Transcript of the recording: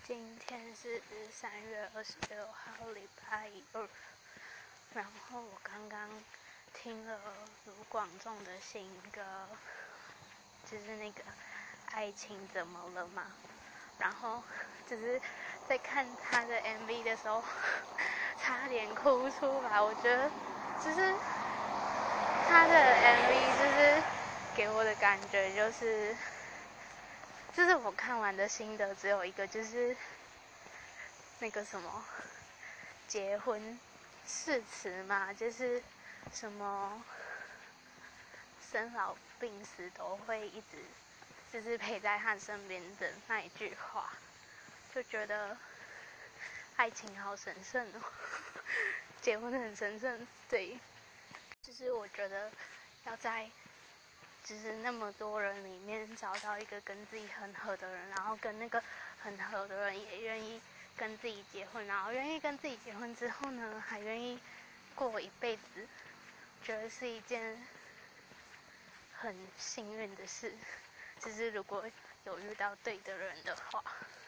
今天是3月26号，礼拜二。然后我刚刚听了卢广仲的新歌，就是那个《爱情怎么了嘛》。然后就是在看他的 MV 的时候，差点哭出来。我觉得就是他的 MV 就是给我的感觉就是我看完的心得只有一个，就是那个什么结婚誓词嘛，就是什么生老病死都会一直就是陪在他身边的那一句话，就觉得爱情好神圣哦，结婚很神圣。对，就是我觉得要在就是那么多人里面找到一个跟自己很合的人，然后跟那个很合的人也愿意跟自己结婚，然后愿意跟自己结婚之后呢，还愿意过一辈子，觉得是一件很幸运的事。就是如果有遇到对的人的话。